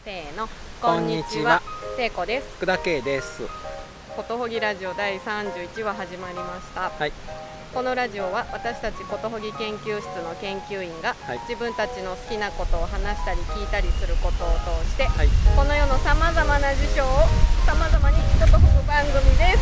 せーの、 こんにちは。 聖子です。 福田圭です。 ことほぎラジオ第31話始まりました、 はい、 このラジオは私たちことほぎ研究室の研究員が、 はい、 自分たちの好きなことを話したり聞いたりすることを通して、 はい、 この世のさまざまな事象をさまざまにことほぐ番組です。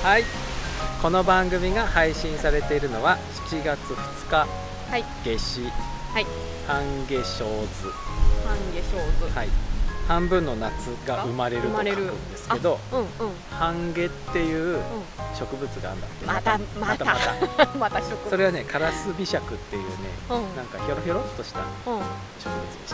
はい、この番組が配信されているのは7月2日、 はい、 夏至、 はい、 半夏生図、 半夏生図、 はい、半分の夏が生まれると書くんですけど、半夏っていう植物があるんだって。 またまた植物。 それはね、カラスビシャクっていうね、なんかひょろひょろっとした植物でした。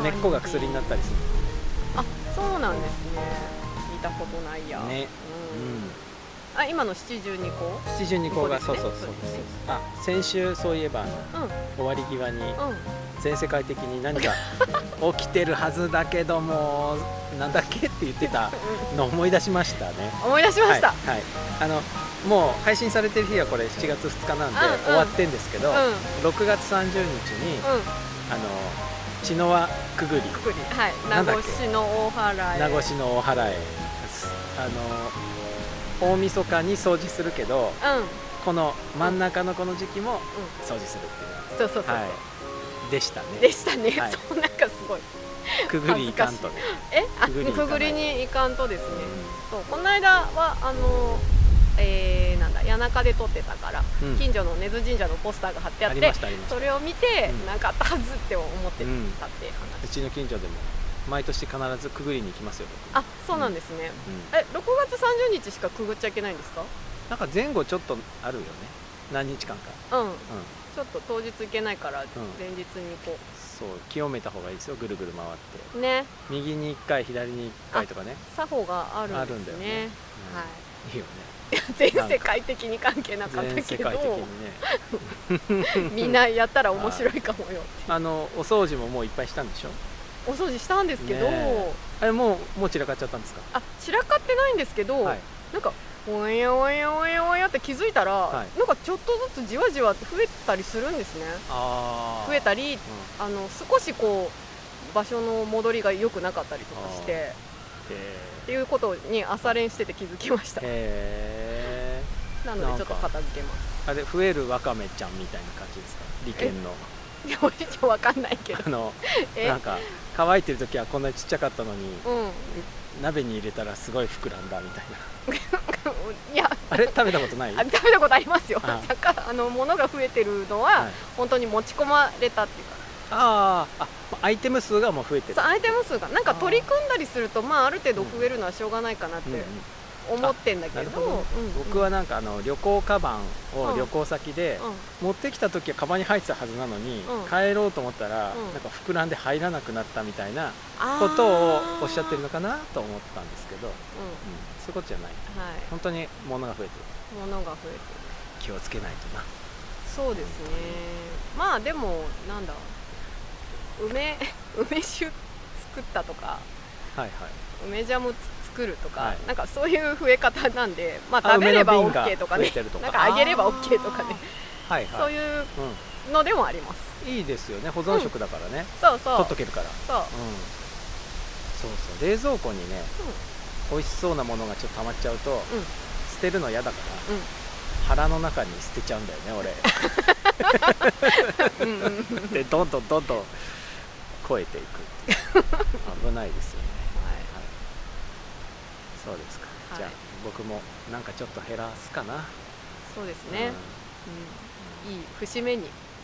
根っこが薬になったりする。 あ、そうなんですね。見たことないやね。 あ、今の七十二候。 七十二候がそう。あ、先週そういえば終わり際に全世界的に何か起きてるはずだけどもなんだっけって言ってたのを思い出しましたね。 思い出しました。 はい。もう配信されてる日はこれ7月2日なんで終わってんですけど、6月30日に茅の輪くぐり、 はい、名護市の大原へ。名護市の大原へ。 大晦日に掃除するけど、この真ん中のこの時期も掃除するっていう。 そう、はい、でしたね。 はい、 そう、なんかすごいくぐり行かんとね。 くぐりに行かんとですね。そう、この間はなんだ、谷中で撮ってたから、近所の根津神社のポスターが貼ってあって、それを見て、なんかあったはずって思ってたって話。 うちの近所でも毎年必ずくぐりに行きますよ。 あ、そうなんですね。6月30日しかくぐっちゃいけないんですか？なんか前後ちょっとあるよね。何日間か。 ちょっと当日行けないから前日に行こう。 そう、清めた方がいいですよ。ぐるぐる回ってね。 右に1回左に1回とかね。 作法があるんですね。 はい。いいよね。 全世界的に関係なかったけど、 全世界的にねみんなやったら面白いかもよって。 お掃除ももういっぱいしたんでしょ？ お掃除したんですけど、 あれもう散らかっちゃったんですか？ あ、散らかってないんですけど、なんかおやおやおやおやって気づいたら、なんかちょっとずつじわじわ増えたりするんですね。増えたり、少しこう場所の戻りが良くなかったりとかして、っていうことに朝練してて気づきました。なのでちょっと片付けます。 あれ、増えるわかめちゃんみたいな感じですか？理研の。 わかんないけどなんか乾いてる時はこんなにちっちゃかったのに、鍋に入れたらすごい膨らんだみたいな。いや、あれ食べたことない？ 食べたことありますよ。物が増えてるのは本当に持ち込まれたっていうか。 アイテム数がもう増えてる。 そう、アイテム数がなんか取り組んだりすると、ある程度増えるのはしょうがないかなって思ってんだけど、 僕はなんか旅行カバンを旅行先で持ってきた時はカバンに入ってたはずなのに、帰ろうと思ったらなんか膨らんで入らなくなったみたいなことをおっしゃってるのかなと思ったんですけど、そういうことじゃない。本当に物が増えてる。気をつけないとな。そうですね。でもなんだ、梅酒作ったとか、梅ジャム作るとか、なんかそういう増え方なんで、食べれば OK とかね、なんかあげれば OK とかね、そういうのでもあります。 いいですよね。保存食だからね。 取っとけるから。そう冷蔵庫にね、美味しそうなものがちょっと溜まっちゃうと捨てるの嫌だから、腹の中に捨てちゃうんだよね、俺。でどんどん超えていく。危ないですよね。そうですか。じゃあ僕もなんかちょっと減らすかな。 そうですね。いい節目に。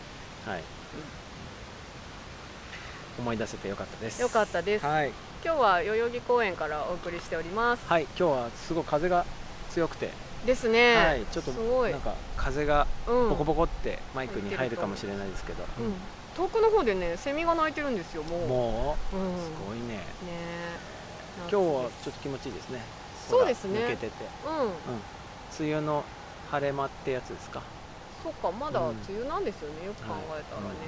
思い出せてよかったです。 よかったです。今日は代々木公園からお送りしております。 今日はすごい風が強くてですね。 ちょっとなんか風がボコボコってマイクに入るかもしれないですけど、 遠くの方でね、セミが鳴いてるんですよ。 もうすごいね。今日はちょっと気持ちいいですね。 そうですね。 抜けてて、梅雨の晴れ間ってやつですか？ そうか、まだ梅雨なんですよね。よく考えたらね。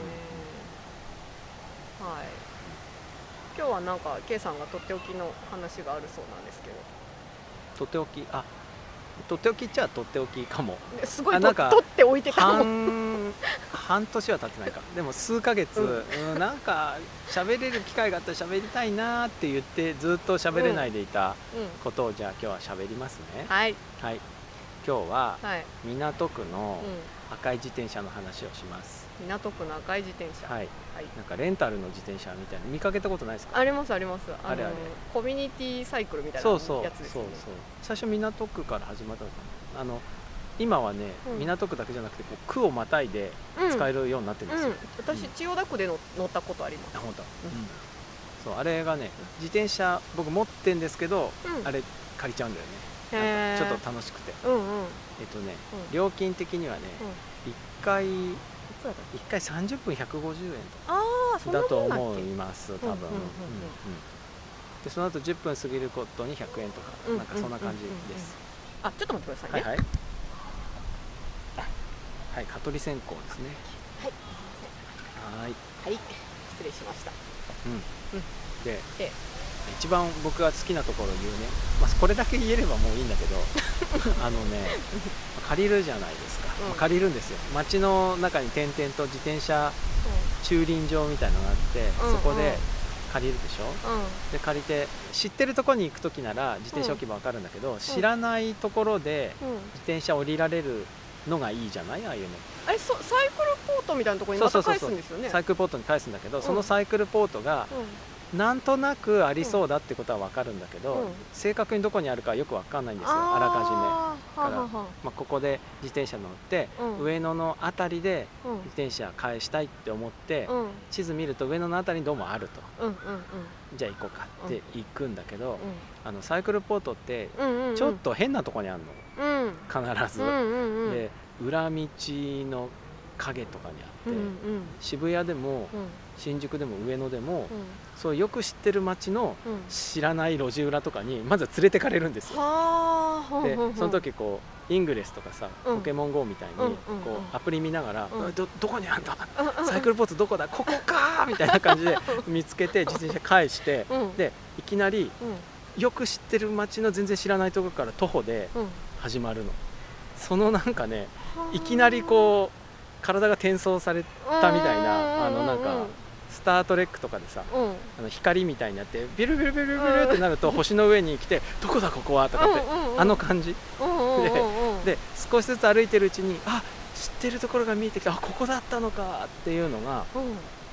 今日はなんか K さんがとっておきの話があるそうなんですけど。 とっておき、 とっておきっちゃとっておきかも。 すごい取っておいてかも。 半年は経ってないか。でも数ヶ月、なんか喋れる機会があったら喋りたいなって言ってずっと喋れないでいたことを、じゃあ今日は喋りますね。 はい、 はい、今日は港区の赤い自転車の話をします。 港区の赤い自転車、 はい、なんかレンタルの自転車みたいな見かけたことないですか？ ありますあります。 あれコミュニティサイクルみたいなやつですね。 そう最初港区から始まったのかな。今はね、港区だけじゃなくてこう区をまたいで使えるようになってるんですよ。 私千代田区で乗ったことあります。 本当。そうあれがね、自転車僕持ってんですけど、あれ借りちゃうんだよね。なんかちょっと楽しくて。料金的にはね、1回30分150円とだと思います多分。でその後10分過ぎることに100円とか、なんかそんな感じです。 あ、ちょっと待ってくださいね。 はい、蚊取り線香ですね。はい、 失礼しました。 で一番僕が好きなところを言うね、これだけ言えればもういいんだけど借りるじゃないですか。借りるんですよ。街の中に点々と自転車駐輪場みたいなのがあって、そこで借りるでしょ。で借りて知ってるところに行く時なら自転車置き場分かるんだけど、知らないところで自転車降りられるのがいいじゃない？ああいうの。 サイクルポートみたいなところにまた返すんですよね。 サイクルポートに返すんだけど、そのサイクルポートがなんとなくありそうだってことは分かるんだけど、正確にどこにあるかよく分かんないんですよ、あらかじめ。だからここで自転車乗って、上野の辺りで自転車返したいって思って、地図見ると上野の辺りにどうもあると、じゃあ行こうかって行くんだけど、サイクルポートってちょっと変なとこにあるの、必ず。で裏道の影とかにあって、渋谷でも新宿でも上野でも、そうよく知ってる街の知らない路地裏とかにまずは連れてかれるんですよ。でその時こうイングレスとかさ、ポケモン GO みたいにこうアプリ見ながら、どこにあんだ、サイクルポートどこだ、ここかみたいな感じで見つけて自転車返して、でいきなりよく知ってる街の全然知らないところから徒歩で始まるの。そのなんかね、いきなりこう体が転送されたみたいな、なんかスタートレックとかでさ、光みたいになってビルビルビルビルってなると星の上に来てどこだここはとかって、あの感じで少しずつ歩いてるうちに、あ、知ってるところが見えてきた、あ、ここだったのかっていうのがあるんだよ。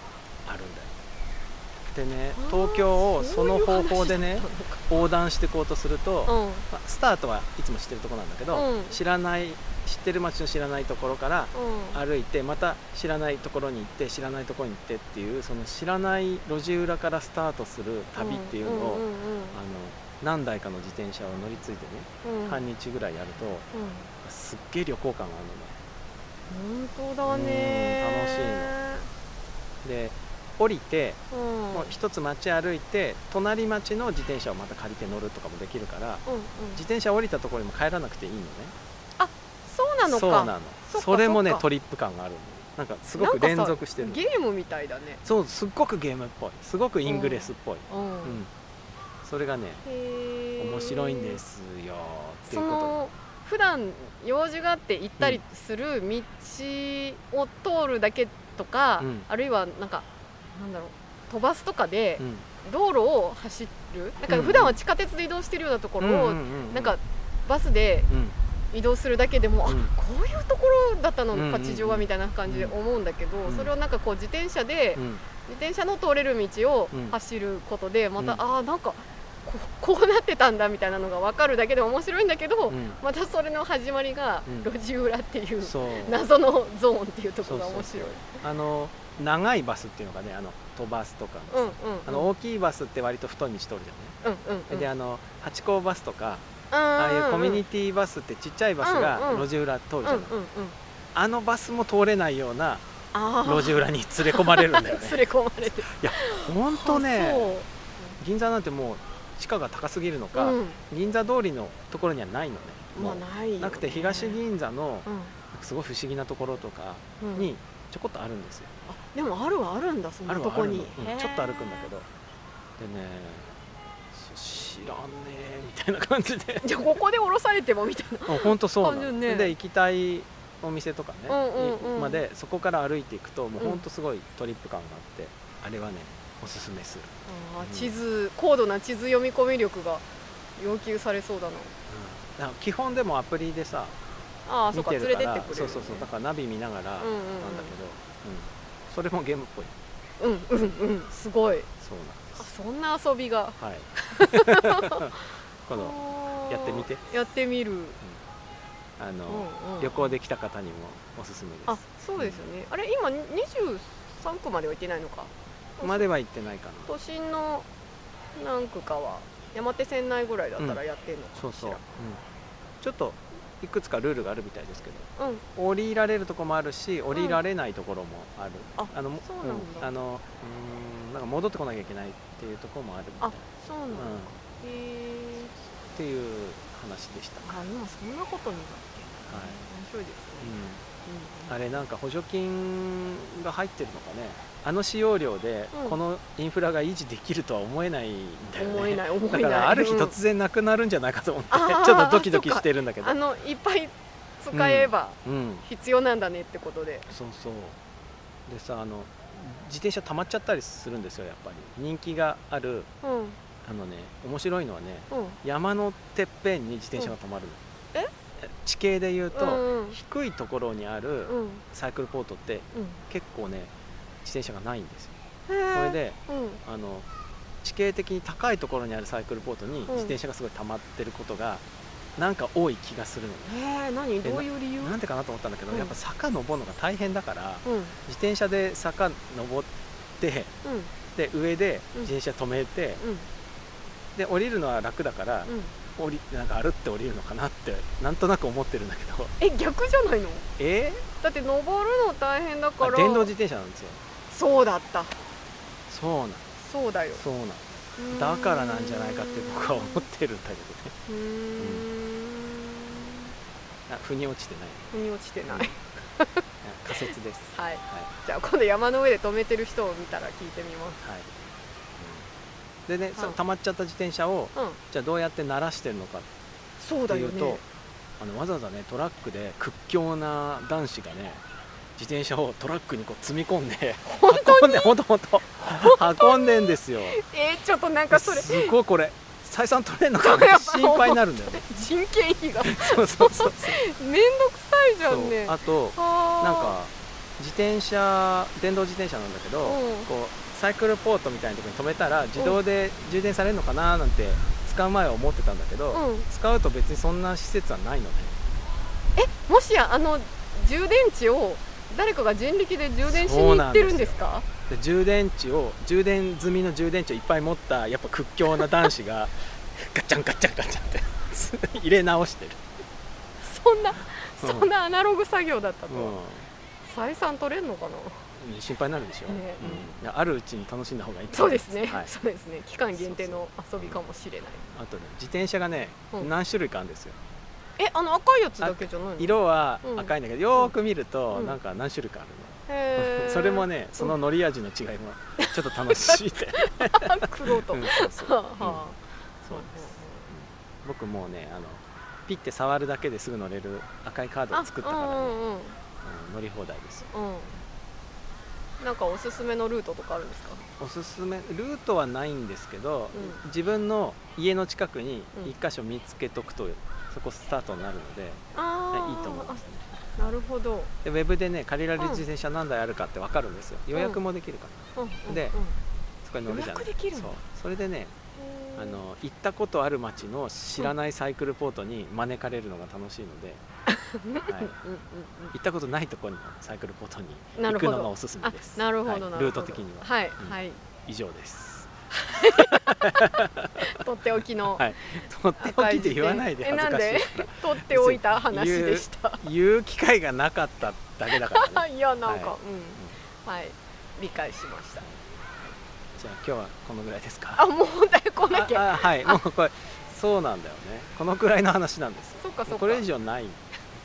でね、東京をその方法でね横断していこうとすると、スタートはいつも知ってるところなんだけど、知ってる街の知らないところから歩いて、また知らないところに行って、知らないところに行ってっていう、その知らない路地裏からスタートする旅っていうのを、何台かの自転車を乗り継いでね、半日ぐらいやると、すっげえ旅行感があるのね。本当だね。 楽しいので、降りて、もう一つ街歩いて隣町の自転車をまた借りて乗るとかもできるから、自転車降りたところにも帰らなくていいのね。 あ、そうなのか。 そうなの。それもねトリップ感があるの。なんかすごく連続してる。 ゲームみたいだね。 そう、すっごくゲームっぽい、すごくイングレスっぽい。それがね面白いんですよっていうことで。 普段用事があって行ったりする道を通るだけとか、あるいはなんかなんだろう、飛ばすとかで道路を走る、なんか普段は地下鉄で移動してるようなところをなんかバスで移動するだけでも、あ、こういうところだったのか地上はみたいな感じで思うんだけど、それをなんかこう自転車の通れる道を走ることでまた、なんかこうなってたんだみたいなのが分かるだけで面白いんだけど、またそれの始まりが路地裏っていう謎のゾーンっていうところが面白い。 長いバスっていうのがね、飛ばすとかの大きいバスって割と太い道通るじゃない。でハチ公バスとか、ああいうコミュニティバスってちっちゃいバスが路地裏通るじゃない。あのバスも通れないような路地裏に連れ込まれるんだよね。 連れ込まれて、いや本当ね、銀座なんてもう地価が高すぎるのか、銀座通りのところにはないのね。もうなくて、東銀座のすごい不思議なところとかにちょこっとあるんですよ。 でもあるんだ、そんなとこに。 ちょっと歩くんだけど、でね、 知らんねみたいな感じでじゃあここで降ろされてもみたいな本当そうなの、 ね、 で行きたいお店とかね、までそこから歩いていくともう本当すごいトリップ感があって、あれはねおすすめする。 地図、高度な地図読み込み力が要求されそうだな。 だから基本でもアプリでさ見てるから、そうそうそう、だからナビ見ながらなんだけど、それもゲームっぽい。 すごい。 そうなんです。 そんな遊びが。 はい。今度やってみて。 やってみる。 旅行で来た方にもおすすめです。 あ、そうですよね。あれ今23区までは行ってないのか。 までは行ってないかな。 都心の何区かは山手線内ぐらいだったらやってんのかもしれない。そうそう。 ちょっといくつかルールがあるみたいですけど、降りられるところもあるし降りられないところもある。 そうなんだ。 なんか戻ってこなきゃいけないっていうところもあるみたい。 そうなんだ。 っていう話でした。 今そんなことになってる。面白いですね。 あれなんか補助金が入ってるのかね。あの使用量でこのインフラが維持できるとは思えないんだよね。 思えない。 だからある日突然なくなるんじゃないかと思ってちょっとドキドキしてるんだけど、 いっぱい使えば必要なんだねってことで。 そうそう。でさ、自転車溜まっちゃったりするんですよ。やっぱり人気がある、面白いのはね、山のてっぺんに自転車が止まるの。地形でいうと、低いところにあるサイクルポートって結構ね自転車がないんですよ。それで、地形的に高いところにあるサイクルポートに自転車がすごい溜まってることがなんか多い気がするのね。 何どういう理由？ なんでかなと思ったんだけど、やっぱ坂登るのが大変だから、自転車で坂登って、で上で自転車止めて、で降りるのは楽だから、なんか歩って降りるのかなってなんとなく思ってるんだけど。 逆じゃないの？だって登るの大変だから。 電動自転車なんですよ。 そうだった。そうだよ。 そうなんだからなんじゃないかって僕は思ってるんだけどね。腑に落ちてない。 腑に落ちてない。 仮説です。 はい。じゃあ今度山の上で止めてる人を見たら聞いてみます。 はい。でね、溜まっちゃった自転車をじゃあどうやって慣らしてるのかっていうと、わざわざねトラックで屈強な男子がね自転車をトラックにこう積み込んで運んでんですよ。 ちょっとなんかそれすごいこれ採算取れるのかって心配になるんだよね。 人件費がそうめんどくさいじゃんね。 あとなんか電動自転車なんだけど、こうサイクルポートみたいなところに止めたら自動で充電されるのかななんて使う前は思ってたんだけど、使うと別にそんな施設はないのね。 もしや充電池を誰かが人力で充電しに行ってるんですか？ で充電済みの充電池をいっぱい持ったやっぱ屈強な男子がガチャンガチャンガチャンって入れ直してる。 そんなアナログ作業だったと。採算取れるのかな？ 心配になるでしょ。あるうちに楽しんだ方がいい。 そうですね。そうですね。期間限定の遊びかもしれない。 あとね、自転車がね何種類かあるんですよ。 赤いやつだけじゃないの？ 色は赤いんだけど、よーく見るとなんか何種類かあるの。それもね、その乗り味の違いもちょっと楽しいで。 クロート。そうです。 僕もうねピッて触るだけですぐ乗れる赤いカードを作ったからね、乗り放題です。 なんかおすすめのルートとかあるんですか？ おすすめルートはないんですけど、自分の家の近くに一箇所見つけとくとそこスタートになるので、いいと思いますね。 なるほど。 でウェブでね借りられる自転車何台あるかって分かるんですよ。予約もできるから、でそこに乗るじゃない。それでね行ったことある町の知らないサイクルポートに招かれるのが楽しいので、行ったことないところにサイクルポートに行くのがおすすめです。 なるほど、 ルート的には。以上です。 とっておきの、 とっておきって言わないで恥ずかしいから。 とっておいた話でした。 言う機会がなかっただけだからね。 いやなんか理解しました。 じゃあ今日はこのぐらいですか？ もうだい来なきゃ。 もうこれそうなんだよね。このくらいの話なんですよ。 そうか。 これ以上ない。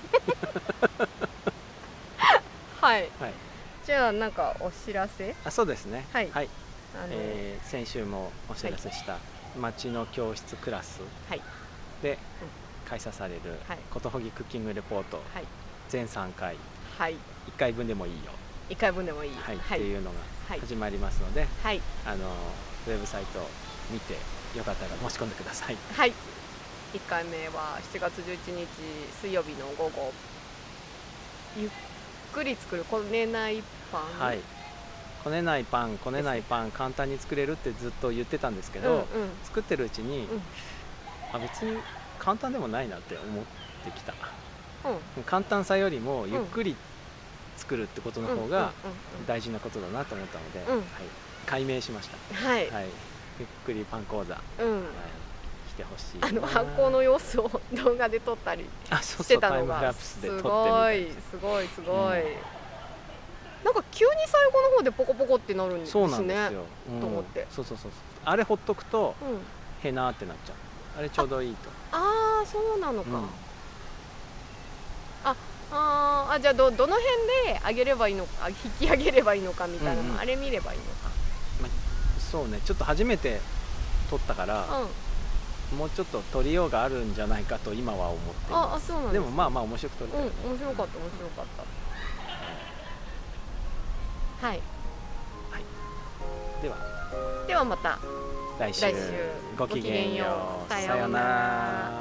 じゃあなんかお知らせ？ そうですね。先週もお知らせした町の教室クラスで開催されることほぎクッキングレポート、全3回、1回分でもいいよ、 1回分でもいい、 っていうのが始まりますので、ウェブサイトを見てよかったら申し込んでください。 はい、1回目は7月11日水曜日の午後、ゆっくり作るこねないパン、こねないパン簡単に作れるってずっと言ってたんですけど、作ってるうちに、別に簡単でもないなって思ってきた、簡単さよりもゆっくり作るってことの方が大事なことだなと思ったので、解明しました。ゆっくりパン講座、してほしい。 発酵の様子を動画で撮ったりしてたのがすごい、なんか急に最後の方でポコポコってなるんですね。そうなんですよ、と思って。 あれほっとくとへなってなっちゃう。あれちょうどいいと。 そうなのか。じゃあどの辺で上げればいいのか、引き上げればいいのかみたいな、あれ見ればいいのか。 そうね、ちょっと初めて撮ったから、もうちょっと撮りようがあるんじゃないかと今は思っています。 そうなんです。 でもまあ面白く撮れたよね。 面白かった。ではまた来週ごきげんよう。さようなら。